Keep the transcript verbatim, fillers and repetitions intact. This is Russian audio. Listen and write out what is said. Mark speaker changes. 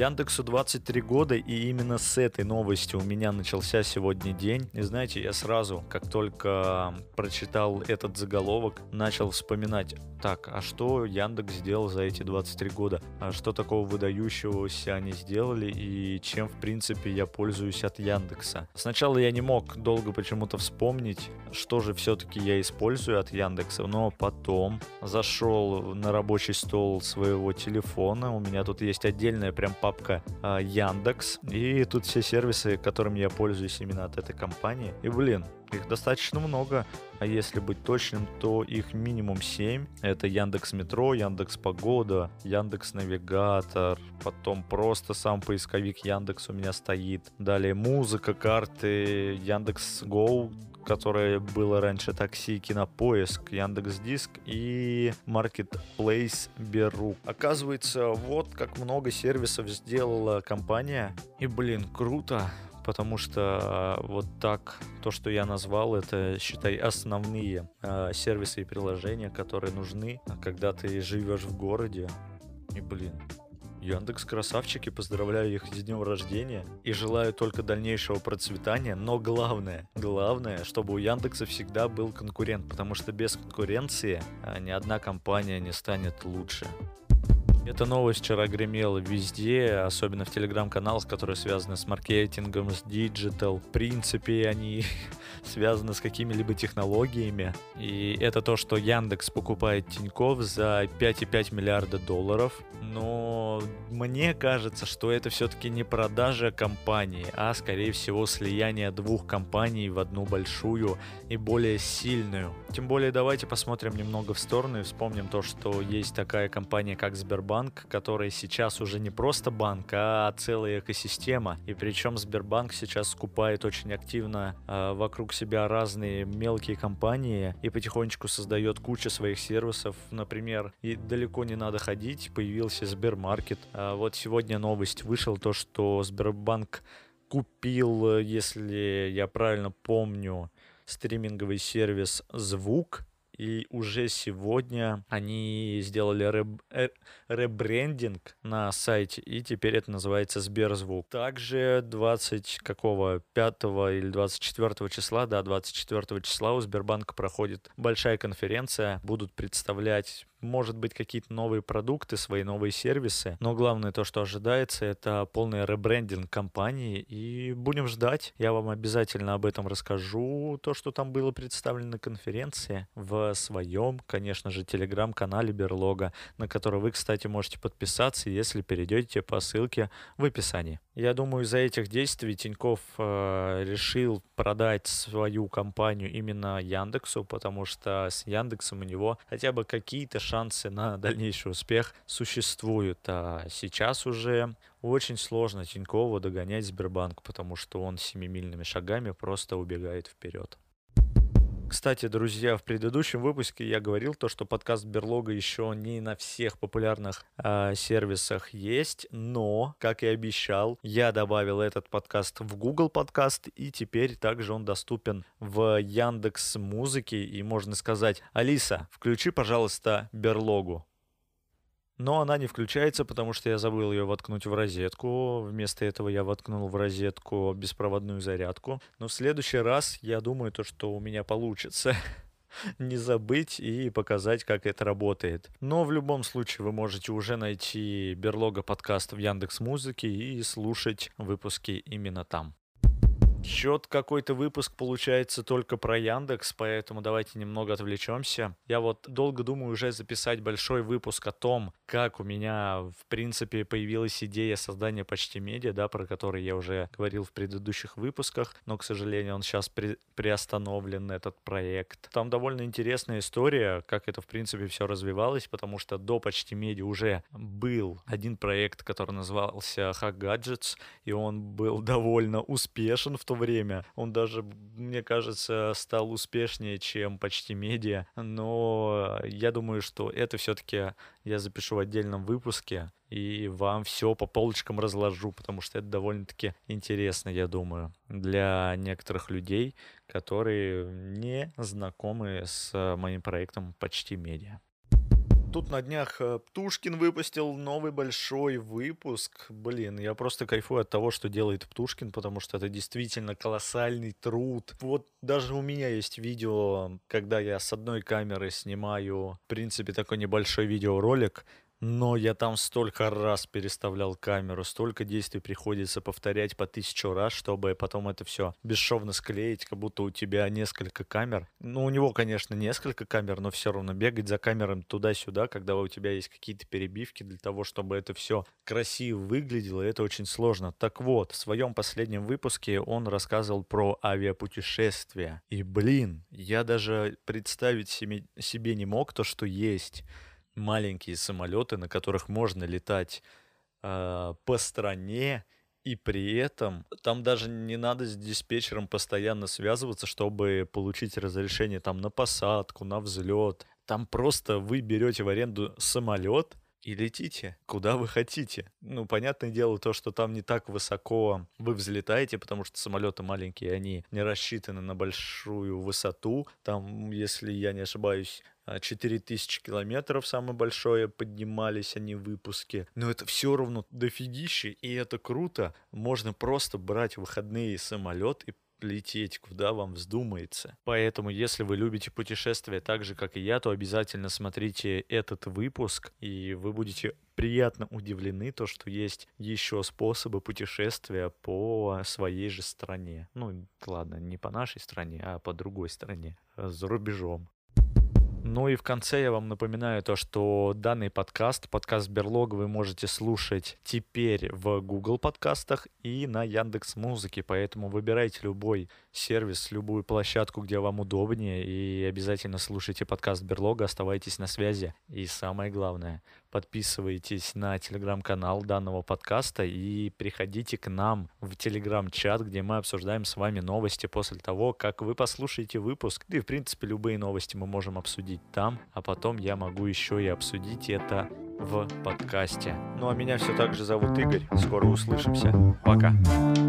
Speaker 1: Яндексу двадцать три года, и именно с этой новостью у меня начался сегодня день. И знаете, я сразу, как только прочитал этот заголовок, начал вспоминать: так, а что Яндекс сделал за эти двадцать три года? А что такого выдающегося они сделали, и чем, в принципе, я пользуюсь от Яндекса? Сначала я не мог долго почему-то вспомнить, что же все-таки я использую от Яндекса, но потом зашел на рабочий стол своего телефона. У меня тут есть отдельная прям папка а, Яндекс, и тут все сервисы, которыми я пользуюсь именно от этой компании. И, блин, их достаточно много, а если быть точным, то их минимум семь. Это Яндекс.Метро, Яндекс.Погода, Яндекс.Навигатор, потом просто сам поисковик Яндекс у меня стоит. Далее музыка, карты, Яндекс.Гоу, которое было раньше такси, Кинопоиск, Яндекс.Диск и Marketplace Беру. Оказывается, вот как много сервисов сделала компания. И, блин, круто. Потому что э, вот так, то, что я назвал, это, считай, основные э, сервисы и приложения, которые нужны, когда ты живешь в городе. И, блин, Яндекс красавчики, поздравляю их с днем рождения и желаю только дальнейшего процветания, но главное, главное, чтобы у Яндекса всегда был конкурент, потому что без конкуренции э, ни одна компания не станет лучше. Эта новость вчера гремела везде, особенно в телеграм-каналах, которые связаны с маркетингом, с диджитал. В принципе, они связаны с какими-либо технологиями. И это то, что Яндекс покупает Тинькофф за пять и пять миллиарда долларов. Но мне кажется, что это все-таки не продажа компании, а, скорее всего, слияние двух компаний в одну большую и более сильную. Тем более, давайте посмотрим немного в сторону и вспомним то, что есть такая компания, как Сбербанк, Банк, который сейчас уже не просто банк, а целая экосистема. И причем Сбербанк сейчас скупает очень активно э, вокруг себя разные мелкие компании и потихонечку создает кучу своих сервисов. Например, и далеко не надо ходить, появился Сбермаркет. А вот сегодня новость вышла, то, что Сбербанк купил, если я правильно помню, стриминговый сервис «Звук». И уже сегодня они сделали реб... э... ребрендинг на сайте, и теперь это называется Сберзвук. Также двадцать какого пятого или двадцать четвёртого числа, да, двадцать четвёртого числа у Сбербанка проходит большая конференция. Будут представлять, может быть, какие-то новые продукты, свои новые сервисы. Но главное то, что ожидается, это полный ребрендинг компании. И будем ждать. Я вам обязательно об этом расскажу. То, что там было представлено на конференции в своем, конечно же, телеграм-канале Берлога, на который вы, кстати, можете подписаться, если перейдете по ссылке в описании. Я думаю, из-за этих действий Тинькофф э, решил продать свою компанию именно Яндексу, потому что с Яндексом у него хотя бы какие-то шансы на дальнейший успех существуют. А сейчас уже очень сложно Тинькову догонять Сбербанк, потому что он семимильными шагами просто убегает вперед. Кстати, друзья, в предыдущем выпуске я говорил то, что подкаст Берлога еще не на всех популярных э, сервисах есть, но, как и обещал, я добавил этот подкаст в Google подкаст, и теперь также он доступен в Яндекс.Музыке, и можно сказать: Алиса, включи, пожалуйста, Берлогу. Но она не включается, потому что я забыл ее воткнуть в розетку. Вместо этого я воткнул в розетку беспроводную зарядку. Но в следующий раз я думаю, то, что у меня получится не забыть и показать, как это работает. Но в любом случае вы можете уже найти Берлога подкаст в Яндекс.Музыке и слушать выпуски именно там. Счет какой-то выпуск получается только про Яндекс, поэтому давайте немного отвлечемся. Я вот долго думаю уже записать большой выпуск о том, как у меня в принципе появилась идея создания Почти Медиа, да, про который я уже говорил в предыдущих выпусках, но, к сожалению, он сейчас при... приостановлен, этот проект. Там довольно интересная история, как это в принципе все развивалось, потому что до Почти Медиа уже был один проект, который назывался Hack Gadgets, и он был довольно успешен в то время. Он даже, мне кажется, стал успешнее, чем Почти Медиа. Но я думаю, что это все-таки я запишу в отдельном выпуске и вам все по полочкам разложу, потому что это довольно-таки интересно, я думаю, для некоторых людей, которые не знакомы с моим проектом Почти Медиа. Тут на днях э, Птушкин выпустил новый большой выпуск. Блин, я просто кайфую от того, что делает Птушкин, потому что это действительно колоссальный труд. Вот даже у меня есть видео, когда я с одной камеры снимаю, в принципе, такой небольшой видеоролик, но я там столько раз переставлял камеру, столько действий приходится повторять по тысячу раз, чтобы потом это все бесшовно склеить, как будто у тебя несколько камер. Ну, у него, конечно, несколько камер, но все равно бегать за камерами туда-сюда, когда у тебя есть какие-то перебивки для того, чтобы это все красиво выглядело, это очень сложно. Так вот, в своем последнем выпуске он рассказывал про авиапутешествия. И, блин, я даже представить себе, себе не мог то, что есть маленькие самолеты, на которых можно летать а, по стране, и при этом там даже не надо с диспетчером постоянно связываться, чтобы получить разрешение там на посадку, на взлет. Там просто вы берете в аренду самолет и летите, куда вы хотите. Ну, понятное дело, то, что там не так высоко вы взлетаете, потому что самолеты маленькие, они не рассчитаны на большую высоту. Там, если я не ошибаюсь, а, четыре тысячи километров самое большое поднимались они в выпуске. Но это все равно дофигище, и это круто. Можно просто брать выходные самолет и лететь, куда вам вздумается. Поэтому, если вы любите путешествия так же, как и я, то обязательно смотрите этот выпуск, и вы будете приятно удивлены, то, что есть еще способы путешествия по своей же стране. Ну, ладно, не по нашей стране, а по другой стране, э, за рубежом. Ну и в конце я вам напоминаю то, что данный подкаст, подкаст Берлога, вы можете слушать теперь в Google подкастах и на Яндекс.Музыке, поэтому выбирайте любой сервис, любую площадку, где вам удобнее, и обязательно слушайте подкаст Берлога, оставайтесь на связи. И самое главное, подписывайтесь на телеграм-канал данного подкаста и приходите к нам в телеграм-чат, где мы обсуждаем с вами новости после того, как вы послушаете выпуск. Да и, в принципе, любые новости мы можем обсудить там, а потом я могу еще и обсудить это в подкасте. Ну а меня все так же зовут Игорь. Скоро услышимся. Пока.